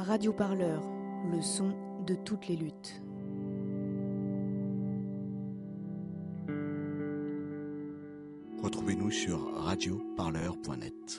Radio Parleur, le son de toutes les luttes. Retrouvez-nous sur radioparleur.net.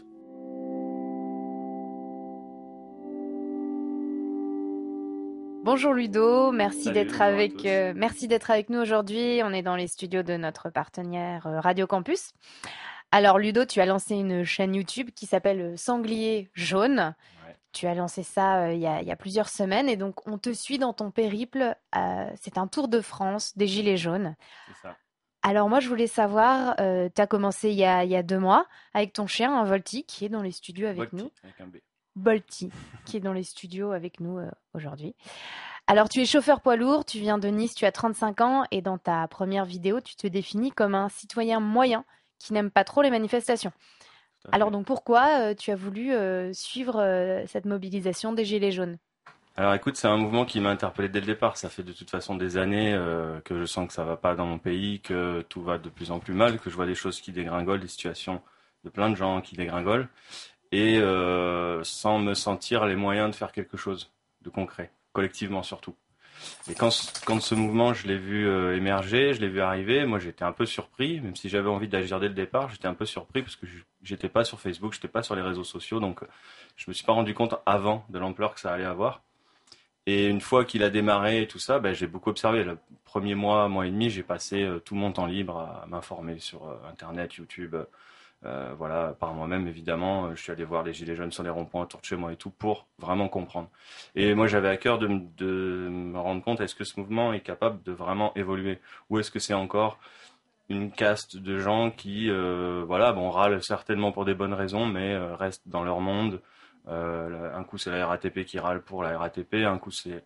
Bonjour Ludo, merci Salut, d'être bonjour à avec, tous. merci d'être avec nous aujourd'hui. On est dans les studios de notre partenaire Radio Campus. Alors Ludo, tu as lancé une chaîne YouTube qui s'appelle Sanglier Jaune. Ouais. Tu as lancé ça il y a plusieurs semaines et donc on te suit dans ton périple. C'est un tour de France des Gilets jaunes. C'est ça. Alors moi je voulais savoir, tu as commencé il y a 2 mois avec ton chien, un Volti, qui est dans les studios avec Volti, nous. avec un B. Bolti, qui est dans les studios avec nous aujourd'hui. Alors, tu es chauffeur poids lourd, tu viens de Nice, tu as 35 ans et dans ta première vidéo, tu te définis comme un citoyen moyen qui n'aime pas trop les manifestations. Tout à fait. Alors donc pourquoi tu as voulu suivre cette mobilisation des Gilets jaunes? Alors écoute, c'est un mouvement qui m'a interpellé dès le départ. Ça fait de toute façon des années que je sens que ça va pas dans mon pays, que tout va de plus en plus mal, que je vois des choses qui dégringolent, des situations de plein de gens qui dégringolent, et sans me sentir les moyens de faire quelque chose de concret, collectivement surtout. Et quand ce mouvement, je l'ai vu émerger, je l'ai vu arriver, moi j'étais un peu surpris, même si j'avais envie d'agir dès le départ, j'étais un peu surpris parce que j'étais pas sur Facebook, j'étais pas sur les réseaux sociaux, donc je me suis pas rendu compte avant de l'ampleur que ça allait avoir. Et une fois qu'il a démarré et tout ça, j'ai beaucoup observé. Le premier mois et demi, j'ai passé tout mon temps libre à m'informer sur Internet, YouTube, voilà, par moi-même évidemment. Je suis allé voir les Gilets jaunes sur les ronds-points autour de chez moi et tout pour vraiment comprendre. Et moi, j'avais à cœur de me rendre compte, est-ce que ce mouvement est capable de vraiment évoluer? Ou est-ce que c'est encore une caste de gens qui, râlent certainement pour des bonnes raisons, mais restent dans leur monde. Un coup c'est la RATP qui râle pour la RATP, un coup c'est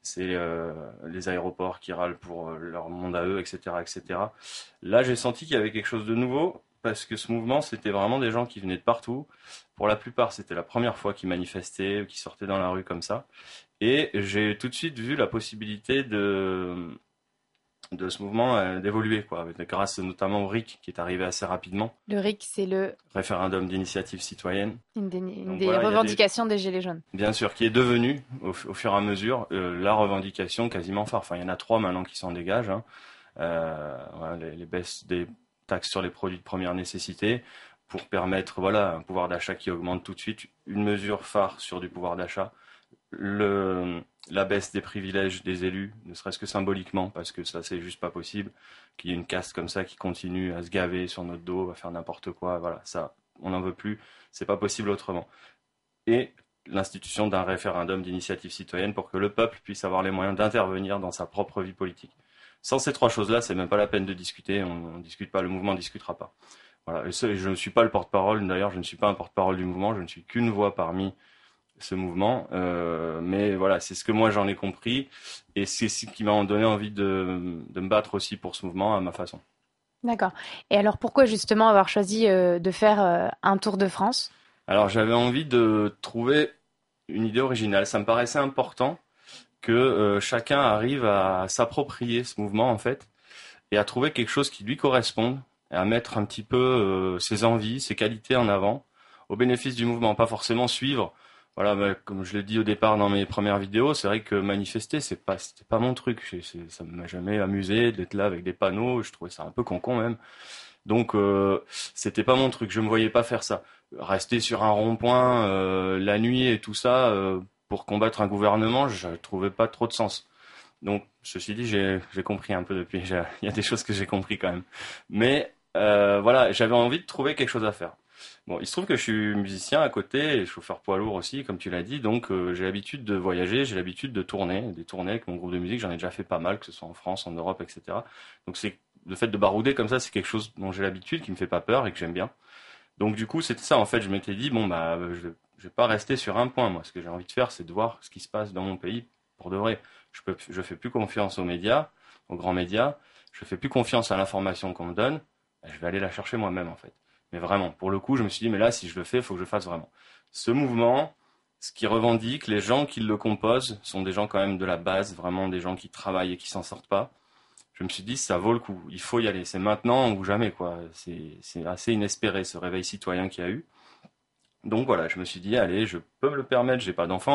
les aéroports qui râlent pour leur monde à eux, etc., etc. Là, j'ai senti qu'il y avait quelque chose de nouveau parce que ce mouvement, c'était vraiment des gens qui venaient de partout. Pour la plupart, c'était la première fois qu'ils manifestaient, qu'ils sortaient dans la rue comme ça. Et j'ai tout de suite vu la possibilité de ce mouvement d'évoluer, quoi, grâce notamment au RIC qui est arrivé assez rapidement. Le RIC, c'est le Référendum d'initiative citoyenne. une des Donc des voilà, il y a revendications des Gilets jaunes. Bien sûr, qui est devenu au fur et à mesure la revendication quasiment phare. Enfin, il y en a 3 maintenant qui s'en dégagent. Hein. Voilà, les baisses des taxes sur les produits de première nécessité pour permettre un pouvoir d'achat qui augmente tout de suite. Une mesure phare sur du pouvoir d'achat. La baisse des privilèges des élus, ne serait-ce que symboliquement, parce que ça c'est juste pas possible, qu'il y ait une caste comme ça qui continue à se gaver sur notre dos, à faire n'importe quoi, voilà, ça, on n'en veut plus, c'est pas possible autrement. Et l'institution d'un référendum d'initiative citoyenne pour que le peuple puisse avoir les moyens d'intervenir dans sa propre vie politique. Sans ces 3 choses-là, c'est même pas la peine de discuter, on discute pas, le mouvement discutera pas. Voilà, et je ne suis pas le porte-parole, d'ailleurs je ne suis pas un porte-parole du mouvement, je ne suis qu'une voix parmi ce mouvement, mais voilà, c'est ce que moi j'en ai compris et c'est ce qui m'a donné envie de me battre aussi pour ce mouvement à ma façon. D'accord. Et alors pourquoi justement avoir choisi de faire un tour de France? Alors j'avais envie de trouver une idée originale, ça me paraissait important que chacun arrive à s'approprier ce mouvement en fait et à trouver quelque chose qui lui corresponde et à mettre un petit peu ses envies, ses qualités en avant au bénéfice du mouvement, pas forcément suivre. Voilà, comme je l'ai dit au départ dans mes premières vidéos, c'est vrai que manifester, c'était pas mon truc. Ça m'a jamais amusé d'être là avec des panneaux. Je trouvais ça un peu con même. Donc, c'était pas mon truc. Je me voyais pas faire ça. Rester sur un rond-point la nuit et tout ça pour combattre un gouvernement, je trouvais pas trop de sens. Donc, ceci dit, j'ai compris un peu depuis. Il y a des choses que j'ai compris quand même. Mais voilà, j'avais envie de trouver quelque chose à faire. Bon, il se trouve que je suis musicien à côté et chauffeur poids lourd aussi, comme tu l'as dit, donc j'ai l'habitude de voyager, j'ai l'habitude de tourner, des tournées avec mon groupe de musique, j'en ai déjà fait pas mal, que ce soit en France, en Europe, etc. Donc c'est le fait de barouder comme ça, c'est quelque chose dont j'ai l'habitude, qui me fait pas peur et que j'aime bien. Donc du coup, c'était ça en fait, je m'étais dit, je vais pas rester sur un point, moi, ce que j'ai envie de faire, c'est de voir ce qui se passe dans mon pays pour de vrai. Je fais plus confiance aux médias, aux grands médias, je fais plus confiance à l'information qu'on me donne, je vais aller la chercher moi-même en fait. Mais vraiment, pour le coup, je me suis dit, mais là, si je le fais, il faut que je le fasse vraiment. Ce mouvement, ce qui revendique, les gens qui le composent sont des gens quand même de la base, vraiment des gens qui travaillent et qui s'en sortent pas. Je me suis dit, ça vaut le coup, il faut y aller. C'est maintenant ou jamais, quoi. C'est assez inespéré, ce réveil citoyen qu'il y a eu. Donc voilà, je me suis dit, allez, je peux me le permettre, j'ai pas d'enfant,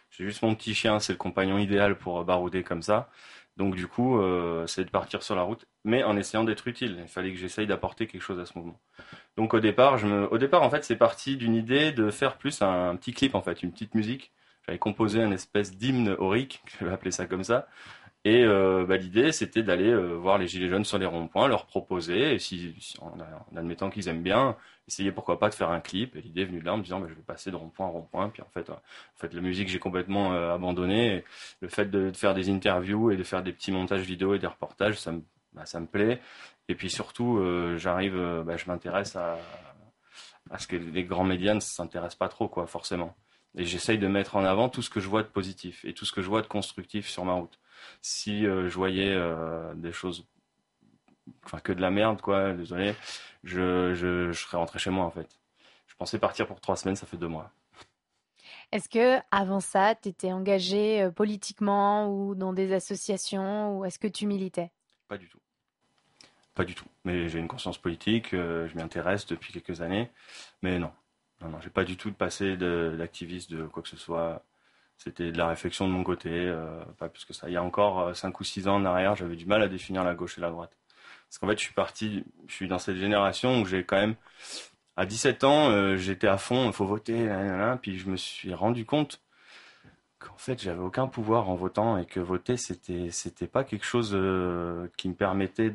J'ai juste mon petit chien, c'est le compagnon idéal pour barouder comme ça. Donc du coup, c'est de partir sur la route, mais en essayant d'être utile. Il fallait que j'essaye d'apporter quelque chose à ce mouvement. Donc au départ, en fait, c'est parti d'une idée de faire plus un petit clip, en fait, une petite musique. J'avais composé un espèce d'hymne aurique, je vais appeler ça comme ça. Et l'idée, c'était d'aller voir les gilets jaunes sur les ronds-points, leur proposer, et en admettant qu'ils aiment bien, essayer pourquoi pas de faire un clip. Et l'idée est venue de là en me disant, je vais passer de rond-point à rond-point. Puis en fait, la musique, j'ai complètement abandonné. Et le fait de faire des interviews et de faire des petits montages vidéo et des reportages, ça me plaît. Et puis surtout, je m'intéresse à ce que les grands médias ne s'intéressent pas trop, quoi, forcément. Et j'essaye de mettre en avant tout ce que je vois de positif et tout ce que je vois de constructif sur ma route. Si je voyais des choses, enfin que de la merde, quoi, désolé, je serais rentré chez moi en fait. Je pensais partir pour 3 semaines, ça fait 2 mois. Est-ce que avant ça, tu étais engagé politiquement ou dans des associations ou est-ce que tu militais? Pas du tout. Pas du tout. Mais j'ai une conscience politique, je m'y intéresse depuis quelques années. Mais non. Non, non, j'ai pas du tout de passé d'activiste de quoi que ce soit. C'était de la réflexion de mon côté, pas plus que ça. Il y a encore 5 ou 6 ans en arrière, j'avais du mal à définir la gauche et la droite. Parce qu'en fait, je suis dans cette génération où j'ai quand même, à 17 ans, j'étais à fond, il faut voter, nanana, puis je me suis rendu compte qu'en fait, j'avais aucun pouvoir en votant et que voter, c'était pas quelque chose qui me permettait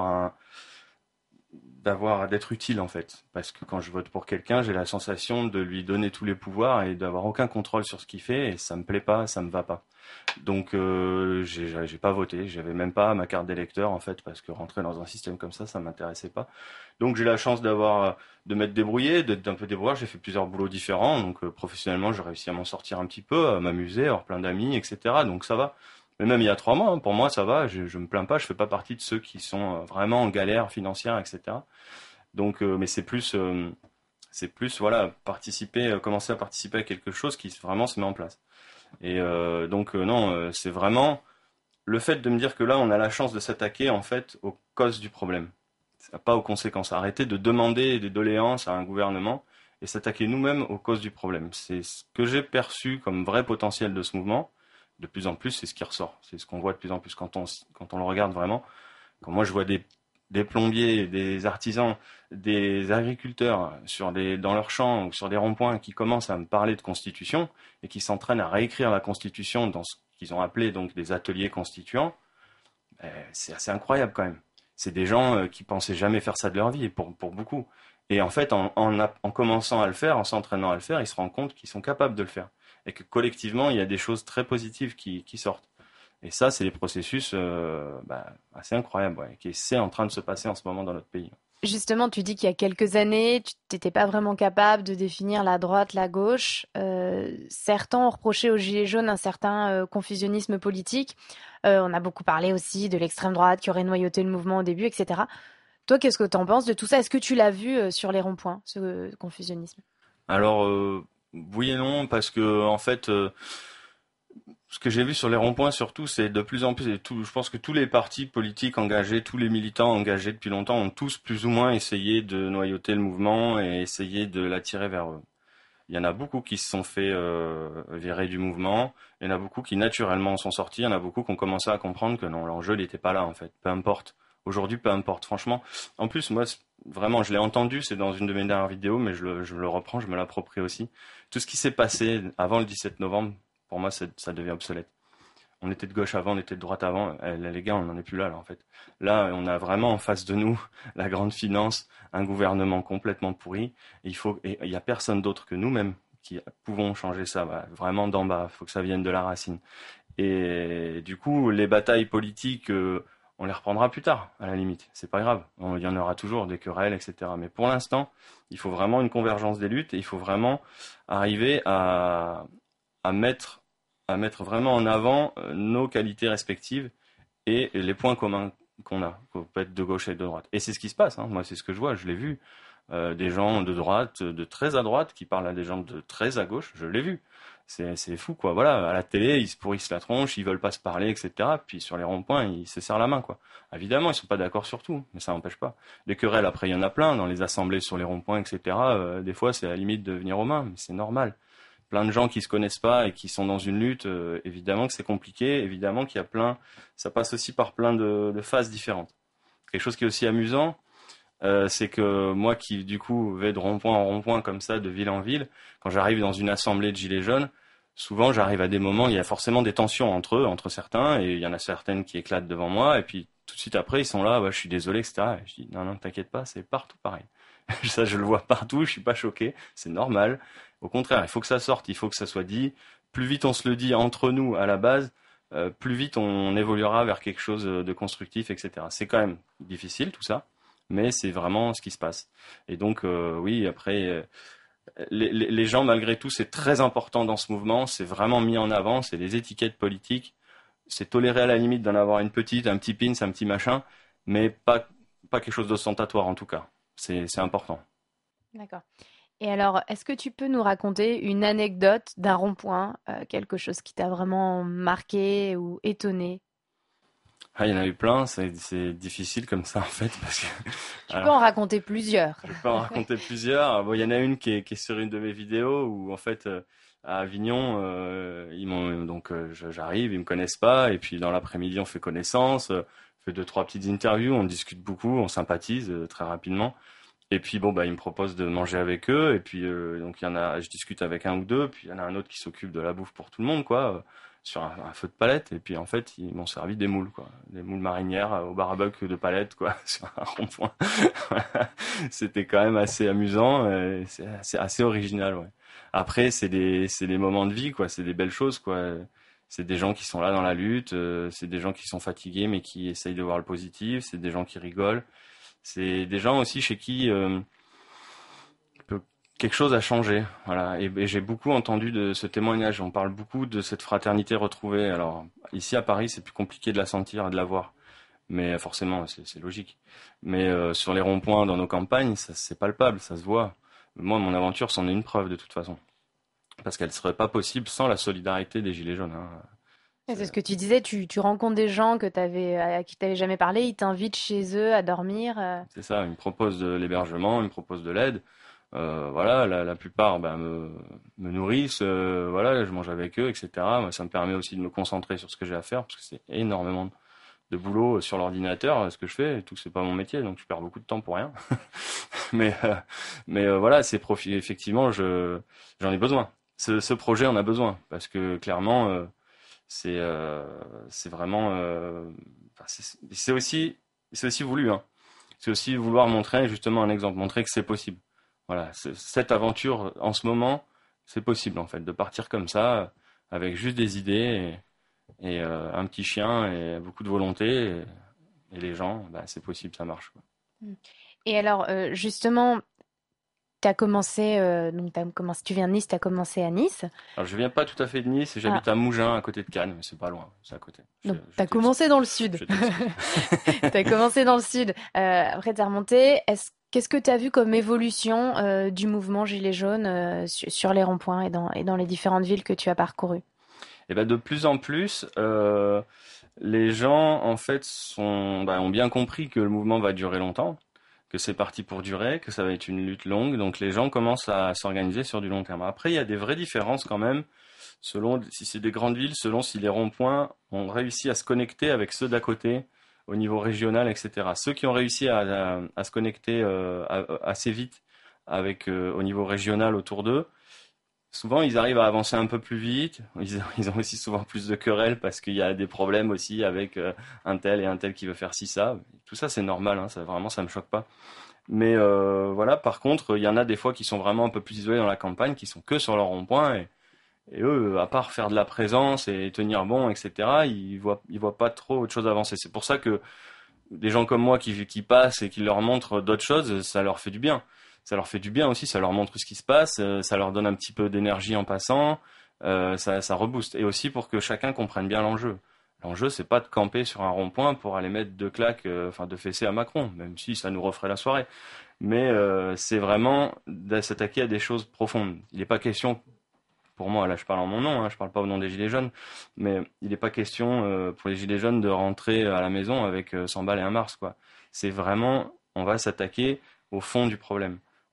d'être utile en fait, parce que quand je vote pour quelqu'un, j'ai la sensation de lui donner tous les pouvoirs et d'avoir aucun contrôle sur ce qu'il fait, et ça me plaît pas, ça me va pas. Donc j'ai pas voté, j'avais même pas ma carte d'électeur en fait, parce que rentrer dans un système comme ça m'intéressait pas. Donc j'ai la chance de m'être débrouillé, d'être un peu débrouillard. J'ai fait plusieurs boulots différents, donc professionnellement j'ai réussi à m'en sortir un petit peu, à m'amuser, à avoir plein d'amis, etc. Donc ça va. Mais même il y a 3 mois, hein, pour moi ça va, je me plains pas, je fais pas partie de ceux qui sont vraiment en galère financière, etc. Donc, mais c'est plus voilà, commencer à participer à quelque chose qui vraiment se met en place. Et non, c'est vraiment le fait de me dire que là, on a la chance de s'attaquer en fait aux causes du problème, pas aux conséquences. Arrêter de demander des doléances à un gouvernement et s'attaquer nous-mêmes aux causes du problème. C'est ce que j'ai perçu comme vrai potentiel de ce mouvement. De plus en plus, c'est ce qui ressort. C'est ce qu'on voit de plus en plus quand on le regarde vraiment. Quand moi je vois des plombiers, des artisans, des agriculteurs dans leurs champs ou sur des ronds-points qui commencent à me parler de constitution et qui s'entraînent à réécrire la constitution dans ce qu'ils ont appelé donc des ateliers constituants, c'est assez incroyable quand même. C'est des gens qui pensaient jamais faire ça de leur vie, pour beaucoup. Et en fait, en commençant à le faire, en s'entraînant à le faire, ils se rendent compte qu'ils sont capables de le faire. Et que collectivement, il y a des choses très positives qui sortent. Et ça, c'est des processus assez incroyables, ouais, qui c'est en train de se passer en ce moment dans notre pays. Justement, tu dis qu'il y a quelques années, tu n'étais pas vraiment capable de définir la droite, la gauche. Certains ont reproché aux Gilets jaunes un certain confusionnisme politique. On a beaucoup parlé aussi de l'extrême droite qui aurait noyauté le mouvement au début, etc. Toi, qu'est-ce que tu en penses de tout ça? Est-ce que tu l'as vu sur les ronds-points, ce confusionnisme? Alors, oui et non, parce que en fait, ce que j'ai vu sur les ronds-points surtout, c'est de plus en plus, je pense que tous les partis politiques engagés, tous les militants engagés depuis longtemps ont tous plus ou moins essayé de noyauter le mouvement et essayé de l'attirer vers eux. Il y en a beaucoup qui se sont fait virer du mouvement, il y en a beaucoup qui naturellement sont sortis, il y en a beaucoup qui ont commencé à comprendre que non, l'enjeu n'était pas là en fait, peu importe. Aujourd'hui, peu importe, franchement. En plus, moi, vraiment, je l'ai entendu, c'est dans une de mes dernières vidéos, mais je le reprends, je me l'approprie aussi. Tout ce qui s'est passé avant le 17 novembre, pour moi, ça devient obsolète. On était de gauche avant, on était de droite avant. Les gars, on n'en est plus là, en fait. Là, on a vraiment en face de nous la grande finance, un gouvernement complètement pourri. Et il y a personne d'autre que nous-mêmes qui pouvons changer ça, vraiment d'en bas. Il faut que ça vienne de la racine. Et du coup, les batailles politiques, on les reprendra plus tard, à la limite. C'est pas grave. Il y en aura toujours des querelles, etc. Mais pour l'instant, il faut vraiment une convergence des luttes et il faut vraiment arriver à mettre vraiment en avant nos qualités respectives et les points communs qu'on peut être de gauche et de droite. Et c'est ce qui se passe, hein. Moi, c'est ce que je vois, je l'ai vu. Des gens de droite, de très à droite, qui parlent à des gens de très à gauche, je l'ai vu. C'est fou, quoi. Voilà, à la télé, ils se pourrissent la tronche, ils veulent pas se parler, etc. Puis sur les ronds-points, ils se serrent la main, quoi. Évidemment, ils sont pas d'accord sur tout, mais ça n'empêche pas. Les querelles, après, il y en a plein dans les assemblées sur les ronds-points, etc. Des fois, c'est à la limite de venir aux mains, mais c'est normal. plein de gens qui se connaissent pas et qui sont dans une lutte, évidemment que c'est compliqué, évidemment qu'il y a ça passe aussi par plein de phases différentes. Quelque chose qui est aussi amusant, c'est que moi qui du coup vais de rond-point en rond-point comme ça, de ville en ville, quand j'arrive dans une assemblée de gilets jaunes, souvent j'arrive à des moments, il y a forcément des tensions entre eux, entre certains, et il y en a certaines qui éclatent devant moi, et puis tout de suite après ils sont là, je suis désolé, etc. Et je dis non, t'inquiète pas, c'est partout pareil. Ça, je le vois partout, je suis pas choqué, c'est normal. Au contraire, il faut que ça sorte, il faut que ça soit dit. Plus vite on se le dit entre nous à la base, plus vite on évoluera vers quelque chose de constructif, etc. C'est quand même difficile tout ça, mais c'est vraiment ce qui se passe. Et donc, oui, après, les gens, malgré tout, c'est très important dans ce mouvement, c'est vraiment mis en avant, c'est des étiquettes politiques, c'est toléré à la limite d'en avoir une petite, un petit pins, un petit machin, mais pas quelque chose d'ostentatoire en tout cas. C'est important. D'accord. Et alors, est-ce que tu peux nous raconter une anecdote d'un rond-point, quelque chose qui t'a vraiment marqué ou étonné? Ah, il y en a eu plein, c'est difficile comme ça en fait, parce que Tu peux en raconter plusieurs. je peux en raconter plusieurs. Bon, il y en a une qui est sur une de mes vidéos où en fait à Avignon, j'arrive, ils me connaissent pas, et puis dans l'après-midi on fait connaissance, on fait 2-3 petites interviews, on discute beaucoup, on sympathise très rapidement. Et puis bon ils me proposent de manger avec eux, et puis donc je discute avec un ou deux, puis il y en a un autre qui s'occupe de la bouffe pour tout le monde quoi, sur un feu de palette, et puis en fait ils m'ont servi des moules quoi, des moules marinières au barbecue de palette quoi, sur un rond-point. C'était quand même assez amusant, c'est assez original ouais. Après c'est des moments de vie quoi, c'est des belles choses quoi. C'est des gens qui sont là dans la lutte, c'est des gens qui sont fatigués mais qui essayent de voir le positif, c'est des gens qui rigolent. C'est des gens aussi chez qui quelque chose a changé. Voilà. Et j'ai beaucoup entendu de ce témoignage. On parle beaucoup de cette fraternité retrouvée. Alors, ici à Paris, c'est plus compliqué de la sentir et de la voir. Mais forcément, c'est logique. Mais sur les ronds-points, dans nos campagnes, c'est palpable, ça se voit. Moi, mon aventure, c'en est une preuve de toute façon. Parce qu'elle ne serait pas possible sans la solidarité des Gilets jaunes. Hein. Et c'est ce que tu disais, tu rencontres des gens à qui tu n'avais jamais parlé, ils t'invitent chez eux à dormir. C'est ça, ils me proposent de l'hébergement, ils me proposent de l'aide. Voilà, la plupart me nourrissent, voilà, je mange avec eux, etc. Moi, ça me permet aussi de me concentrer sur ce que j'ai à faire, parce que c'est énormément de boulot sur l'ordinateur, ce que je fais, et tout, c'est pas mon métier, donc je perds beaucoup de temps pour rien. Mais voilà, effectivement, j'en ai besoin. Ce projet en a besoin, parce que clairement, c'est vraiment, c'est aussi voulu, hein. C'est aussi vouloir montrer justement un exemple, montrer que c'est possible. Voilà, cette aventure en ce moment, c'est possible en fait, de partir comme ça, avec juste des idées et un petit chien et beaucoup de volonté et les gens, c'est possible, ça marche quoi. Et alors, justement, tu viens de Nice, tu as commencé à Nice. Alors je viens pas tout à fait de Nice, j'habite à Mougins, à côté de Cannes, mais c'est pas loin, c'est à côté. Donc, tu as commencé dans le sud. Tu as commencé dans le sud. Après, tu es remonté. Qu'est-ce que tu as vu comme évolution du mouvement Gilets jaunes sur les ronds-points et dans les différentes villes que tu as parcourues? Et de plus en plus, les gens en fait ont bien compris que le mouvement va durer longtemps, que c'est parti pour durer, que ça va être une lutte longue, donc les gens commencent à s'organiser sur du long terme. Après, il y a des vraies différences quand même, selon si c'est des grandes villes, selon si les ronds-points ont réussi à se connecter avec ceux d'à côté, au niveau régional, etc. Ceux qui ont réussi à se connecter assez vite avec au niveau régional autour d'eux, souvent ils arrivent à avancer un peu plus vite. Ils ont aussi souvent plus de querelles parce qu'il y a des problèmes aussi avec un tel et un tel qui veut faire ci, ça. Tout ça c'est normal, hein, ça me choque pas. Mais voilà, par contre, il y en a des fois qui sont vraiment un peu plus isolés dans la campagne, qui sont que sur leur rond-point et eux, à part faire de la présence et tenir bon, etc., ils voient pas trop autre chose avancer. C'est pour ça que des gens comme moi qui passent et qui leur montrent d'autres choses, ça leur fait du bien. Ça leur fait du bien aussi, ça leur montre ce qui se passe, ça leur donne un petit peu d'énergie en passant, ça rebooste. Et aussi pour que chacun comprenne bien l'enjeu. L'enjeu, c'est pas de camper sur un rond-point pour aller mettre deux claques, de fessées à Macron, même si ça nous referait la soirée. Mais c'est vraiment de s'attaquer à des choses profondes. Il n'est pas question, pour moi, là je parle en mon nom, hein, je parle pas au nom des Gilets jaunes, mais il n'est pas question pour les Gilets jaunes de rentrer à la maison avec 100 balles et un Mars, quoi. C'est vraiment, on va s'attaquer au fond du problème.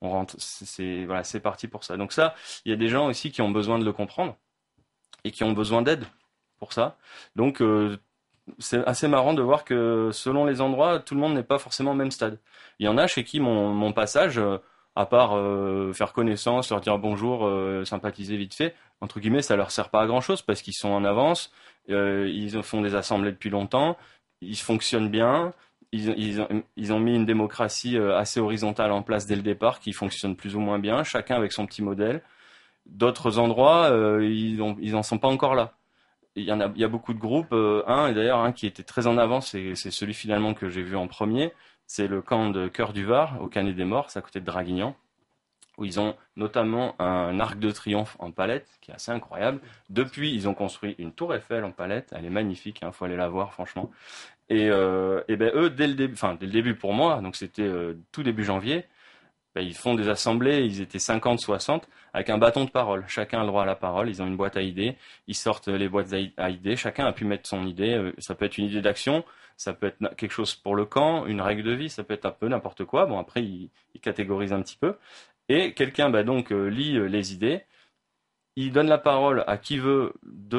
On rentre, voilà, c'est parti pour ça. Donc ça, il y a des gens aussi qui ont besoin de le comprendre et qui ont besoin d'aide pour ça. Donc c'est assez marrant de voir que selon les endroits, tout le monde n'est pas forcément au même stade. Il y en a chez qui mon passage, à part faire connaissance, leur dire bonjour, sympathiser vite fait, entre guillemets, ça leur sert pas à grand chose parce qu'ils sont en avance, ils font des assemblées depuis longtemps, ils fonctionnent bien, ils ont mis une démocratie assez horizontale en place dès le départ qui fonctionne plus ou moins bien, chacun avec son petit modèle. D'autres endroits, ils en sont pas encore là. Il y a beaucoup de groupes, et d'ailleurs un qui était très en avance, c'est celui finalement que j'ai vu en premier, c'est le camp de Cœur du Var, au Canet des Morts, c'est à côté de Draguignan, où ils ont notamment un arc de triomphe en palette, qui est assez incroyable. Depuis, ils ont construit une tour Eiffel en palette, elle est magnifique, faut aller la voir franchement. Et ben eux, dès le début pour moi, donc c'était tout début janvier, ben, ils font des assemblées, ils étaient 50, 60, avec un bâton de parole. Chacun a le droit à la parole, ils ont une boîte à idées, ils sortent les boîtes à idées, chacun a pu mettre son idée, ça peut être une idée d'action, ça peut être quelque chose pour le camp, une règle de vie, ça peut être un peu n'importe quoi. Bon, après, ils catégorisent un petit peu. Et quelqu'un, lit les idées, il donne la parole à qui veut,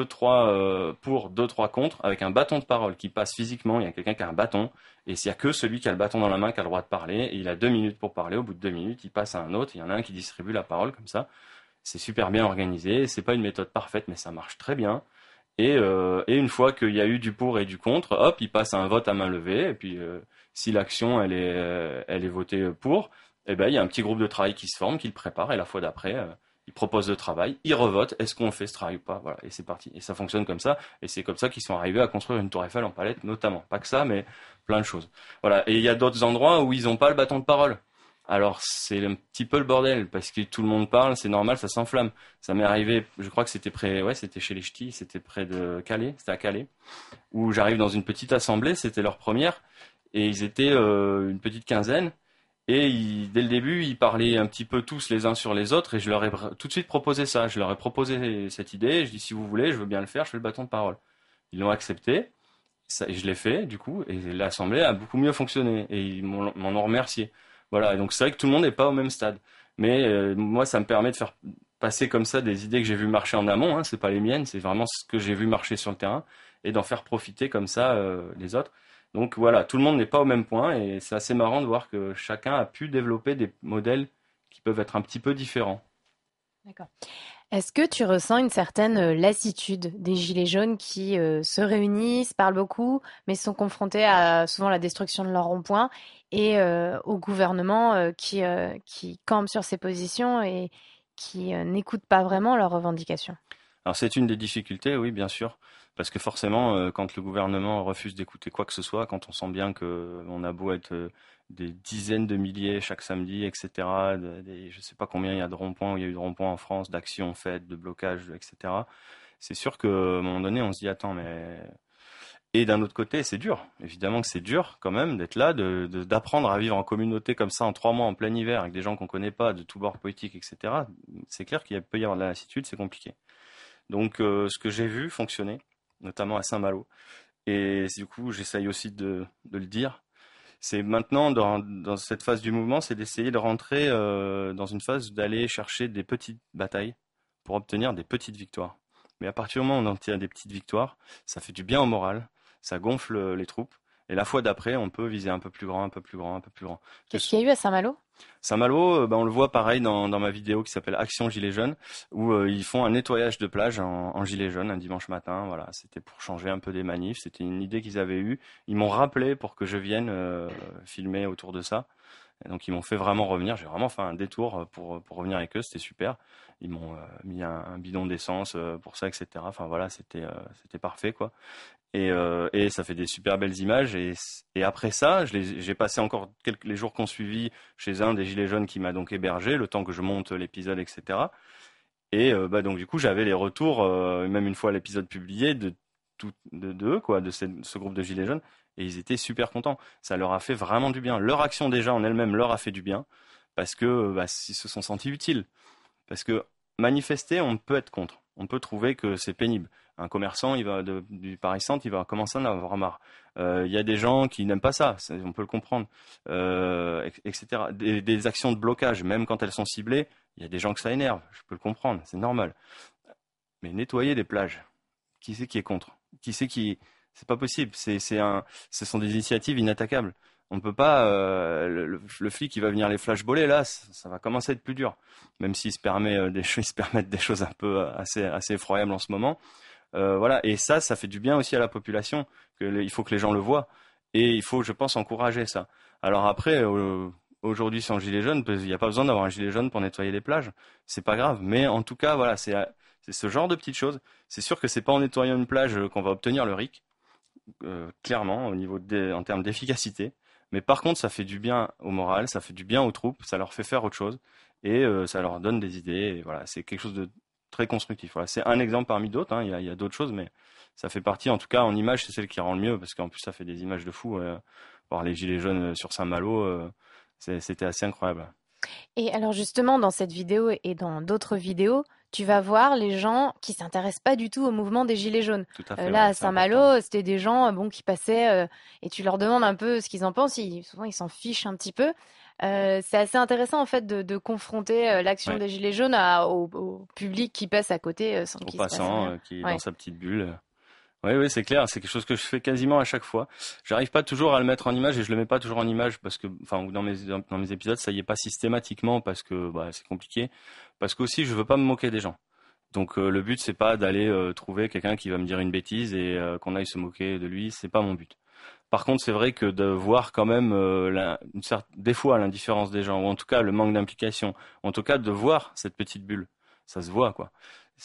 2-3 pour, 2-3 contre, avec un bâton de parole qui passe physiquement. Il y a quelqu'un qui a un bâton, et s'il y a que celui qui a le bâton dans la main qui a le droit de parler, et il a 2 minutes pour parler. Au bout de 2 minutes, il passe à un autre. Il y en a un qui distribue la parole comme ça. C'est super bien organisé. C'est pas une méthode parfaite, mais ça marche très bien. Et une fois qu'il y a eu du pour et du contre, hop, il passe à un vote à main levée. Et puis, si l'action elle est votée pour, eh ben il y a un petit groupe de travail qui se forme, qui le prépare, et la fois d'après. Ils proposent le travail, ils revotent, est-ce qu'on fait ce travail ou pas, voilà, et c'est parti. Et ça fonctionne comme ça, et c'est comme ça qu'ils sont arrivés à construire une tour Eiffel en palette, notamment. Pas que ça, mais plein de choses. Voilà. Et il y a d'autres endroits où ils n'ont pas le bâton de parole. Alors c'est un petit peu le bordel, parce que tout le monde parle, c'est normal, ça s'enflamme. Ça m'est arrivé, je crois que c'était chez les Ch'tis, c'était près de Calais, c'était à Calais, où j'arrive dans une petite assemblée, c'était leur première, et ils étaient une petite quinzaine. Et dès le début, ils parlaient un petit peu tous les uns sur les autres, et je leur ai tout de suite proposé ça. Je leur ai proposé cette idée. Je dis, si vous voulez, je veux bien le faire, je fais le bâton de parole. Ils l'ont accepté, ça, et je l'ai fait, du coup, et l'assemblée a beaucoup mieux fonctionné, et ils m'en ont remercié. Voilà, et donc c'est vrai que tout le monde n'est pas au même stade. Mais moi, ça me permet de faire passer comme ça des idées que j'ai vues marcher en amont, c'est pas les miennes, c'est vraiment ce que j'ai vu marcher sur le terrain, et d'en faire profiter comme ça les autres. Donc voilà, tout le monde n'est pas au même point et c'est assez marrant de voir que chacun a pu développer des modèles qui peuvent être un petit peu différents. D'accord. Est-ce que tu ressens une certaine lassitude des Gilets jaunes qui se réunissent, parlent beaucoup, mais sont confrontés à souvent la destruction de leur rond-point et au gouvernement qui campe sur ses positions et qui n'écoute pas vraiment leurs revendications? Alors c'est une des difficultés, oui, bien sûr, parce que forcément, quand le gouvernement refuse d'écouter quoi que ce soit, quand on sent bien que on a beau être des dizaines de milliers chaque samedi, etc., je ne sais pas combien il y a de ronds-points, où il y a eu de ronds-points en France, d'actions faites, de blocages, etc., c'est sûr qu'à un moment donné, on se dit, attends, mais... Et d'un autre côté, c'est dur. Évidemment que c'est dur quand même d'être là, d'apprendre à vivre en communauté comme ça en 3 mois en plein hiver avec des gens qu'on connaît pas, de tous bords politiques, etc. C'est clair qu'il peut y avoir de la lassitude, c'est compliqué. Donc ce que j'ai vu fonctionner, notamment à Saint-Malo, et du coup j'essaye aussi de le dire, c'est maintenant dans cette phase du mouvement, c'est d'essayer de rentrer dans une phase d'aller chercher des petites batailles pour obtenir des petites victoires. Mais à partir du moment où on obtient des petites victoires, ça fait du bien au moral, ça gonfle les troupes, et la fois d'après, on peut viser un peu plus grand, un peu plus grand, un peu plus grand. Qu'est-ce qu'il y a eu à Saint-Malo? Saint-Malo, on le voit pareil dans ma vidéo qui s'appelle Action Gilets jaunes, où ils font un nettoyage de plage en gilets jaunes un dimanche matin. Voilà, c'était pour changer un peu des manifs. C'était une idée qu'ils avaient eue. Ils m'ont rappelé pour que je vienne filmer autour de ça. Et donc ils m'ont fait vraiment revenir. J'ai vraiment fait un détour pour revenir avec eux. C'était super. Ils m'ont mis un bidon d'essence pour ça, etc. Enfin voilà, c'était parfait quoi. Et ça fait des super belles images. Et après ça, j'ai passé encore les jours qu'on suivi chez un des Gilets jaunes qui m'a donc hébergé, le temps que je monte l'épisode, etc. Et donc du coup, j'avais les retours, même une fois l'épisode publié, d'eux, quoi, de ce groupe de Gilets jaunes. Et ils étaient super contents. Ça leur a fait vraiment du bien. Leur action déjà en elle-même leur a fait du bien parce que ils se sont sentis utiles. Parce que manifester, on peut être contre. On peut trouver que c'est pénible. Un commerçant, du Paris Centre, il va commencer à en avoir marre. Il y a des gens qui n'aiment pas ça, on peut le comprendre, etc. Des actions de blocage, même quand elles sont ciblées, il y a des gens que ça énerve, je peux le comprendre, c'est normal. Mais nettoyer des plages, qui c'est qui est contre? C'est pas possible. Ce sont des initiatives inattaquables. On peut pas, le flic qui va venir les flashballer là, ça va commencer à être plus dur. Même s'il se permet ils se permettent des choses un peu assez effroyables en ce moment. Voilà. Et ça fait du bien aussi à la population. Il faut que les gens le voient. Et il faut, je pense, encourager ça. Alors après, aujourd'hui, sans gilet jaune, il n'y a pas besoin d'avoir un gilet jaune pour nettoyer les plages. C'est pas grave. Mais en tout cas, voilà, c'est ce genre de petites choses. C'est sûr que c'est pas en nettoyant une plage qu'on va obtenir le RIC, clairement, en termes d'efficacité. Mais par contre, ça fait du bien au moral, ça fait du bien aux troupes, ça leur fait faire autre chose et ça leur donne des idées. Et voilà, c'est quelque chose de très constructif. Voilà, c'est un exemple parmi d'autres. Hein. Il y a d'autres choses, mais ça fait partie. En tout cas, en image, c'est celle qui rend le mieux parce qu'en plus, ça fait des images de fou. Voir les gilets jaunes sur Saint-Malo, c'était assez incroyable. Et alors justement, dans cette vidéo et dans d'autres vidéos, tu vas voir les gens qui s'intéressent pas du tout au mouvement des Gilets jaunes. Tout à fait, Là, ouais, à c'est important. Saint-Malo, c'était des gens qui passaient et tu leur demandes un peu ce qu'ils en pensent. Souvent, ils s'en fichent un petit peu. C'est assez intéressant en fait de confronter l'action Ouais. des Gilets jaunes au public qui passe à côté sans Au qu'il se passe passant rien. qui est Ouais. dans sa petite bulle. Oui, c'est clair, c'est quelque chose que je fais quasiment à chaque fois. J'arrive pas toujours à le mettre en image et je le mets pas toujours en image parce que, enfin, ou dans mes épisodes, ça y est pas systématiquement parce que c'est compliqué. Parce qu'aussi, je veux pas me moquer des gens. Donc le but c'est pas d'aller trouver quelqu'un qui va me dire une bêtise et qu'on aille se moquer de lui, c'est pas mon but. Par contre, c'est vrai que de voir quand même des fois l'indifférence des gens ou en tout cas le manque d'implication, en tout cas de voir cette petite bulle, ça se voit quoi.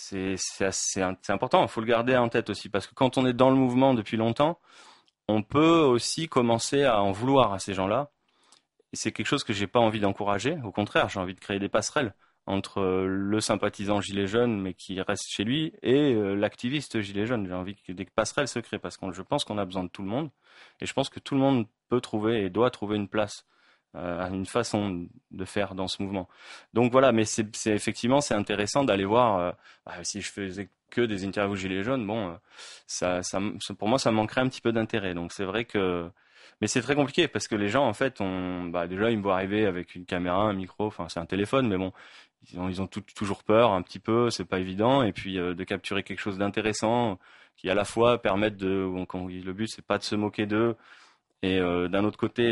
C'est important, il faut le garder en tête aussi parce que quand on est dans le mouvement depuis longtemps, on peut aussi commencer à en vouloir à ces gens-là. Et c'est quelque chose que j'ai pas envie d'encourager. Au contraire, j'ai envie de créer des passerelles entre le sympathisant gilet jaune mais qui reste chez lui et l'activiste gilet jaune. J'ai envie que des passerelles se créent parce que je pense qu'on a besoin de tout le monde et je pense que tout le monde peut trouver et doit trouver une place, une façon de faire dans ce mouvement. Donc voilà, mais c'est effectivement c'est intéressant d'aller voir. Si je faisais que des interviews gilets jaunes, bon, pour moi ça manquerait un petit peu d'intérêt. Donc c'est vrai que mais c'est très compliqué parce que les gens, en fait, déjà, ils me voient arriver avec une caméra, un micro, enfin, c'est un téléphone, mais bon, ils ont toujours peur un petit peu, c'est pas évident. Et puis, de capturer quelque chose d'intéressant qui, à la fois, permette le but, c'est pas de se moquer d'eux et d'un autre côté,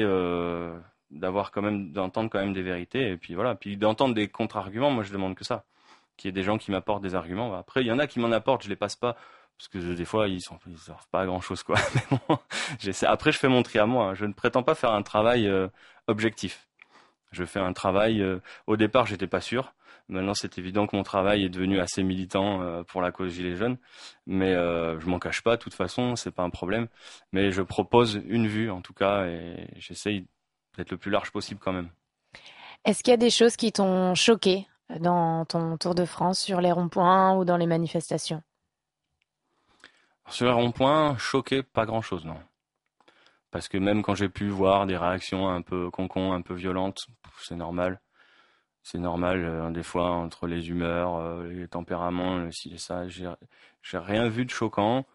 d'entendre quand même des vérités. Et puis voilà, puis d'entendre des contre-arguments, moi, je demande que ça. Qu'il y ait des gens qui m'apportent des arguments. Après, il y en a qui m'en apportent, je les passe pas. Parce que des fois, ils servent pas à grand chose, quoi. Mais bon, après, je fais mon tri à moi. Hein. Je ne prétends pas faire un travail objectif. Je fais un travail. Au départ, j'étais pas sûr. Maintenant, c'est évident que mon travail est devenu assez militant pour la cause Gilets jaunes. Mais je m'en cache pas. De toute façon, c'est pas un problème. Mais je propose une vue, en tout cas, et j'essaye d'être le plus large possible quand même. Est-ce qu'il y a des choses qui t'ont choqué dans ton Tour de France sur les ronds-points ou dans les manifestations? Sur les ronds-points, choqué, pas grand-chose, non. Parce que même quand j'ai pu voir des réactions un peu concon, un peu violentes, c'est normal. C'est normal, des fois, entre les humeurs, les tempéraments, ci et ça. J'ai rien vu de choquant.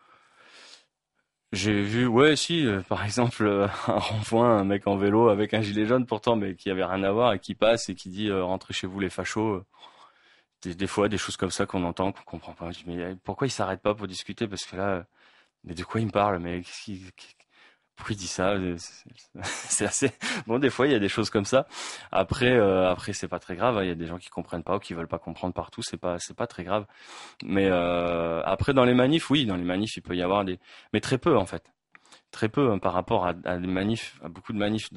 J'ai vu, ouais, si, par exemple, un rond-point, un mec en vélo avec un gilet jaune pourtant, mais qui avait rien à voir et qui passe et qui dit rentrez chez vous les fachos. Des fois, des choses comme ça qu'on entend, qu'on comprend pas. Je dis, mais pourquoi il s'arrête pas pour discuter? Parce que là, mais de quoi il me parle? Mais pourquoi il dit ça? C'est assez. Bon, des fois, il y a des choses comme ça. Après, c'est pas très grave. Hein. Il y a des gens qui comprennent pas ou qui veulent pas comprendre partout. C'est pas très grave. Mais après, dans les manifs, oui, dans les manifs, il peut y avoir mais très peu en fait. Très peu hein, par rapport à des manifs, à beaucoup de manifs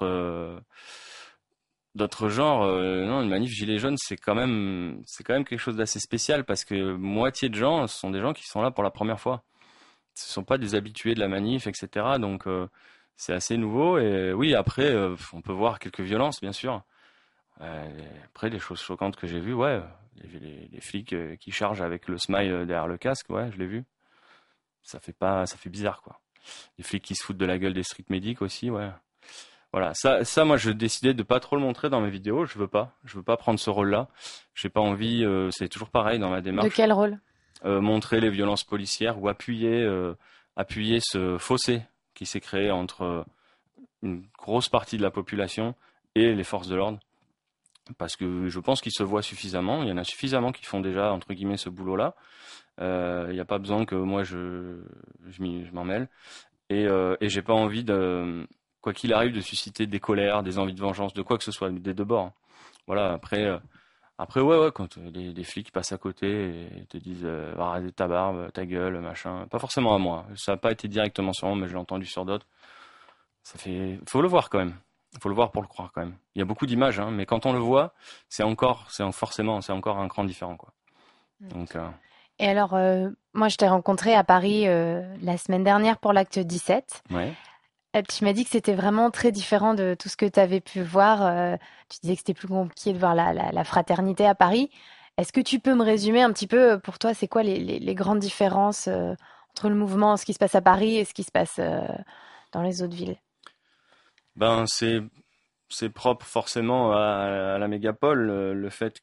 d'autres genres. Non, une manif gilet jaune, c'est quand même quelque chose d'assez spécial parce que moitié de gens, ce sont des gens qui sont là pour la première fois. Ce sont pas des habitués de la manif, etc. Donc c'est assez nouveau. Et oui, après, on peut voir quelques violences, bien sûr. Après, les choses choquantes que j'ai vues, ouais, les flics qui chargent avec le smile derrière le casque, ouais, je l'ai vu. Ça fait bizarre, quoi. Les flics qui se foutent de la gueule des street medics aussi, ouais. Voilà, ça, moi, je décidais de pas trop le montrer dans mes vidéos. Je veux pas prendre ce rôle-là. J'ai pas envie. C'est toujours pareil dans ma De démarche. quel rôle? montrer les violences policières ou appuyer ce fossé qui s'est créé entre une grosse partie de la population et les forces de l'ordre. Parce que je pense qu'ils se voient suffisamment. Il y en a suffisamment qui font déjà, entre guillemets, ce boulot-là. Il n'y a pas besoin que moi, je m'en mêle. Et j'ai pas envie quoi qu'il arrive, de susciter des colères, des envies de vengeance, de quoi que ce soit, des deux bords. Voilà, après ouais, quand les flics passent à côté et te disent arrête ta barbe, ta gueule, machin. Pas forcément à moi. Ça n'a pas été directement sur moi, mais je l'ai entendu sur d'autres. Faut le voir quand même. Faut le voir pour le croire quand même. Il y a beaucoup d'images, hein, mais quand on le voit, forcément, c'est encore un cran différent, quoi. Donc, Et alors, moi, je t'ai rencontré à Paris la semaine dernière pour l'acte 17. ouais. Tu m'as dit que c'était vraiment très différent de tout ce que tu avais pu voir. Tu disais que c'était plus compliqué de voir la fraternité à Paris. Est-ce que tu peux me résumer un petit peu, pour toi, c'est quoi les grandes différences entre le mouvement, ce qui se passe à Paris et ce qui se passe dans les autres villes? Ben, c'est propre forcément à la mégapole, le fait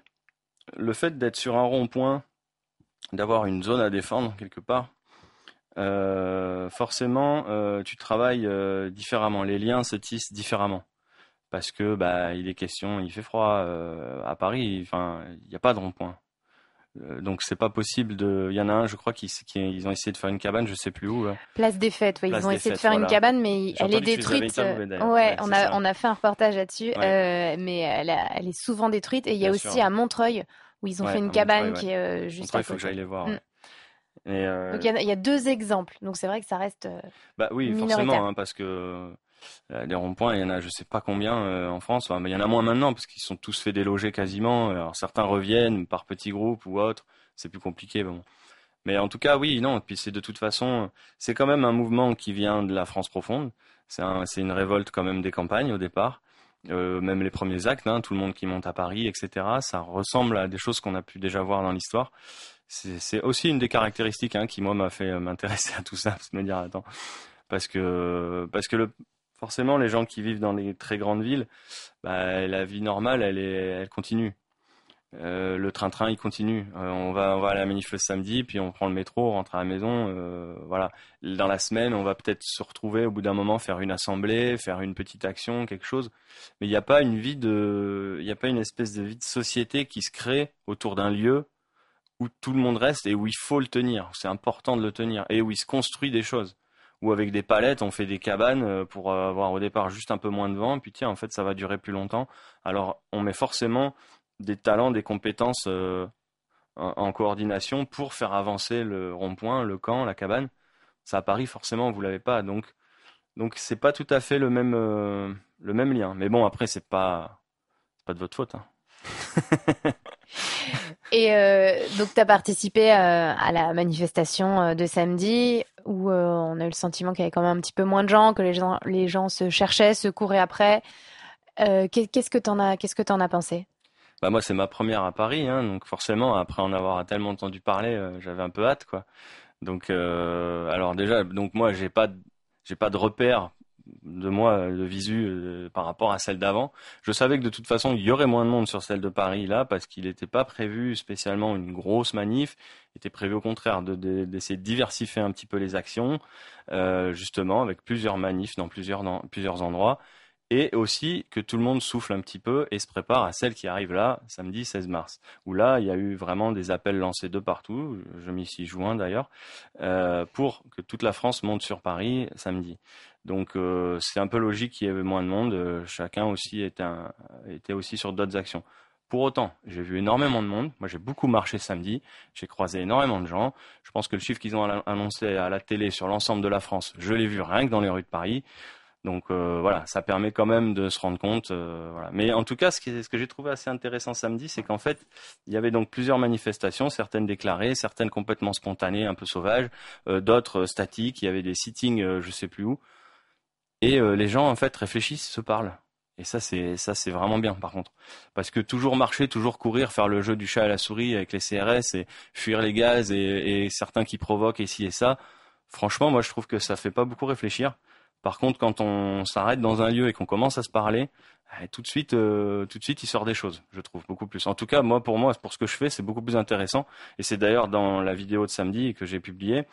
d'être sur un rond-point, d'avoir une zone à défendre quelque part. Forcément, tu travailles différemment. Les liens se tissent différemment parce que il fait froid à Paris. Enfin, il n'y a pas de rond-point. Donc c'est pas possible Il y en a un, je crois qu'ils ont essayé de faire une cabane, je sais plus où. Place des Fêtes, ouais, Place ils ont des essayé de Fêtes, faire une voilà. cabane, mais J'ai elle est entendu que tu les avais détruite. interviewés, d'ailleurs. Ouais, Ouais, c'est ça. on a fait un reportage là-dessus, Ouais. mais elle est souvent détruite. Et il y a Bien aussi sûr. à Montreuil où ils ont Ouais, fait une à Montreuil, cabane ouais. qui est juste Montreuil, à il faut que côté. j'aille les voir. Mm. Ouais. Et Donc il y a deux exemples. Donc c'est vrai que ça reste bah oui, minoritaire. forcément, hein, parce que des ronds-points, il y en a, je sais pas combien en France. Enfin, mais il y en a moins maintenant parce qu'ils sont tous fait déloger quasiment. Alors certains reviennent par petits groupes ou autres. C'est plus compliqué. Bon. Mais en tout cas, oui, non. Et puis c'est de toute façon, c'est quand même un mouvement qui vient de la France profonde. C'est une révolte quand même des campagnes au départ. Même les premiers actes, hein, tout le monde qui monte à Paris, etc. Ça ressemble à des choses qu'on a pu déjà voir dans l'histoire. C'est aussi une des caractéristiques, hein, qui moi m'a fait m'intéresser à tout ça, se me dire attends, parce que forcément les gens qui vivent dans les très grandes villes, la vie normale elle continue. Le train-train il continue. On va à la manif le samedi, puis on prend le métro, on rentre à la maison. Voilà. Dans la semaine, on va peut-être se retrouver au bout d'un moment, faire une assemblée, faire une petite action, quelque chose. Mais il n'y a pas il y a pas une espèce de vie de société qui se crée autour d'un lieu où tout le monde reste et où il faut le tenir. C'est important de le tenir et où il se construit des choses. Où avec des palettes, on fait des cabanes pour avoir au départ juste un peu moins de vent, puis tiens, en fait, ça va durer plus longtemps. Alors, on met forcément des talents, des compétences en coordination pour faire avancer le rond-point, le camp, la cabane. Ça, à Paris, forcément, vous l'avez pas. Donc c'est pas tout à fait le même lien. Mais bon, après, c'est pas de votre faute, hein. Et donc tu as participé à la manifestation de samedi où on a eu le sentiment qu'il y avait quand même un petit peu moins de gens, que les gens se cherchaient, se couraient après. Qu'est-ce que t'en as pensé? Bah moi c'est ma première à Paris, hein, donc forcément après en avoir tellement entendu parler, j'avais un peu hâte quoi. Donc alors déjà donc moi j'ai pas de repère de moi de visu par rapport à celle d'avant. Je savais que de toute façon il y aurait moins de monde sur celle de Paris là parce qu'il n'était pas prévu spécialement une grosse manif. Il était prévu au contraire d'essayer de diversifier un petit peu les actions, justement avec plusieurs manifs dans plusieurs endroits. Et aussi que tout le monde souffle un petit peu et se prépare à celle qui arrive là, samedi 16 mars. Où là, il y a eu vraiment des appels lancés de partout, je m'y suis joint d'ailleurs, pour que toute la France monte sur Paris samedi. Donc c'est un peu logique qu'il y ait moins de monde, chacun aussi était aussi sur d'autres actions. Pour autant, j'ai vu énormément de monde, moi j'ai beaucoup marché samedi, j'ai croisé énormément de gens, je pense que le chiffre qu'ils ont annoncé à la télé sur l'ensemble de la France, je l'ai vu rien que dans les rues de Paris. Donc voilà, ça permet quand même de se rendre compte. Voilà. Mais en tout cas, ce que j'ai trouvé assez intéressant samedi, c'est qu'en fait, il y avait donc plusieurs manifestations, certaines déclarées, certaines complètement spontanées, un peu sauvages, d'autres statiques. Il y avait des sittings, je sais plus où. Et les gens en fait réfléchissent, se parlent. Et ça c'est vraiment bien par contre, parce que toujours marcher, toujours courir, faire le jeu du chat à la souris avec les CRS et fuir les gaz et certains qui provoquent et ci et ça. Franchement, moi je trouve que ça fait pas beaucoup réfléchir. Par contre, quand on s'arrête dans un lieu et qu'on commence à se parler, tout de suite, il sort des choses, je trouve, beaucoup plus. En tout cas, pour moi, pour ce que je fais, c'est beaucoup plus intéressant. Et c'est d'ailleurs dans la vidéo de samedi que j'ai publiée,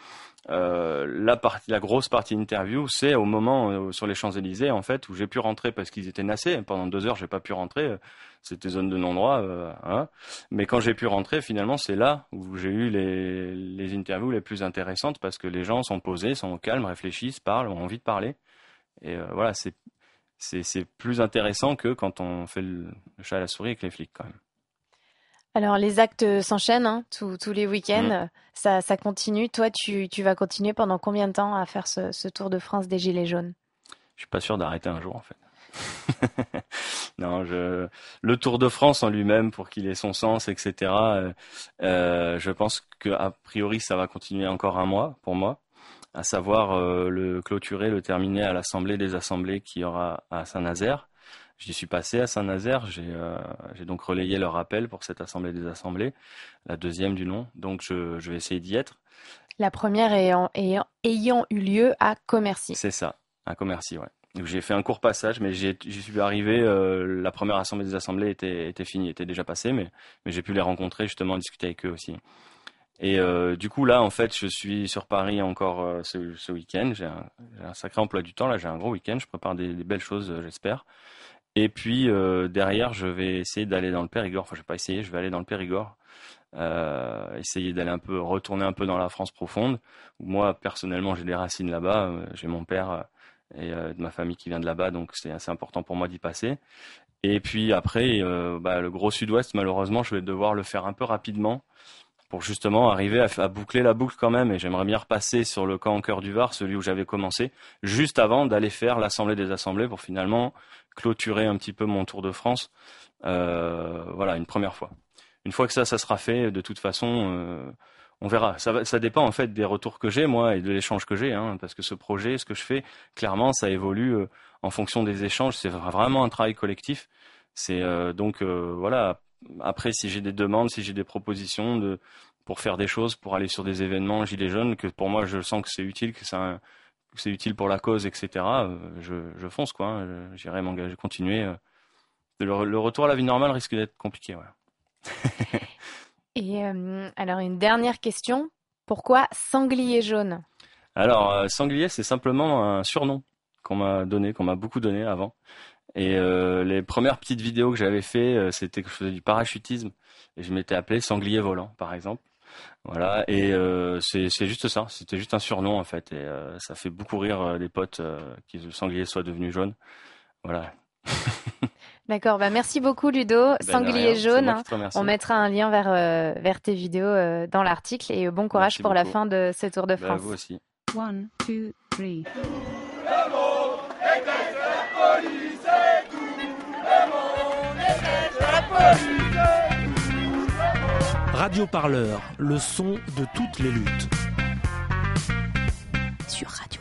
la grosse partie interview, c'est au moment sur les Champs-Élysées, en fait, où j'ai pu rentrer parce qu'ils étaient nassés. Pendant 2 heures, j'ai pas pu rentrer. C'était zone de non-droit, hein. Mais quand j'ai pu rentrer, finalement, c'est là où j'ai eu les interviews les plus intéressantes parce que les gens sont posés, sont calmes, réfléchissent, parlent, ont envie de parler. Et voilà, c'est plus intéressant que quand on fait le chat à la souris avec les flics, quand même. Alors, les actes s'enchaînent, hein, tous les week-ends. Ça continue. Toi, tu vas continuer pendant combien de temps à faire ce Tour de France des Gilets jaunes? Je suis pas sûr d'arrêter un jour, en fait. Non, le Tour de France en lui-même, pour qu'il ait son sens, etc., je pense qu'a priori, ça va continuer encore un mois, pour moi. À savoir le clôturer, le terminer à l'Assemblée des Assemblées qu'il y aura à Saint-Nazaire. J'y suis passé à Saint-Nazaire, j'ai donc relayé leur appel pour cette Assemblée des Assemblées, la deuxième du nom, donc je vais essayer d'y être. La première ayant eu lieu à Commercy. C'est ça, à Commercy, ouais. Donc j'ai fait un court passage, mais j'y suis arrivé, la première Assemblée des Assemblées était finie, était déjà passée, mais j'ai pu les rencontrer, justement, discuter avec eux aussi. Et du coup là, en fait, je suis sur Paris encore ce week-end. J'ai un sacré emploi du temps. Là, j'ai un gros week-end. Je prépare des belles choses, j'espère. Et puis derrière, je vais essayer d'aller dans le Périgord. Enfin, je vais pas essayer. Je vais aller dans le Périgord. Essayer d'aller retourner un peu dans la France profonde. Où moi, personnellement, j'ai des racines là-bas. J'ai mon père et de ma famille qui vient de là-bas, donc c'est assez important pour moi d'y passer. Et puis après, le gros Sud-Ouest, malheureusement, je vais devoir le faire un peu rapidement, pour justement arriver à boucler la boucle quand même. Et j'aimerais bien repasser sur le camp en cœur du Var, celui où j'avais commencé, juste avant d'aller faire l'Assemblée des Assemblées pour finalement clôturer un petit peu mon Tour de France. Voilà, une première fois. Une fois que ça sera fait, de toute façon, on verra. Ça dépend en fait des retours que j'ai, moi, et de l'échange que j'ai, hein, parce que ce projet, ce que je fais, clairement, ça évolue en fonction des échanges. C'est vraiment un travail collectif. C'est donc voilà. Après, si j'ai des demandes, si j'ai des propositions pour faire des choses, pour aller sur des événements Gilets jaunes, que pour moi je sens que c'est utile, que c'est utile pour la cause, etc., je fonce, quoi, hein, j'irai m'engager, continuer. Le retour à la vie normale risque d'être compliqué, ouais. Et alors, une dernière question. Pourquoi Sanglier jaune? Alors, Sanglier, c'est simplement un surnom qu'on m'a beaucoup donné avant. Et les premières petites vidéos que j'avais fait, c'était que je faisais du parachutisme et je m'étais appelé Sanglier volant, par exemple. Voilà, et c'est juste ça, c'était juste un surnom en fait, et ça fait beaucoup rire les potes que le sanglier soit devenu jaune. Voilà. D'accord, merci beaucoup Ludo. Sanglier jaune, on mettra un lien vers tes vidéos dans l'article, et bon courage pour la fin de ce Tour de France. Vous aussi. 1, 2, 3. Radio Parleur, le son de toutes les luttes. Sur Radio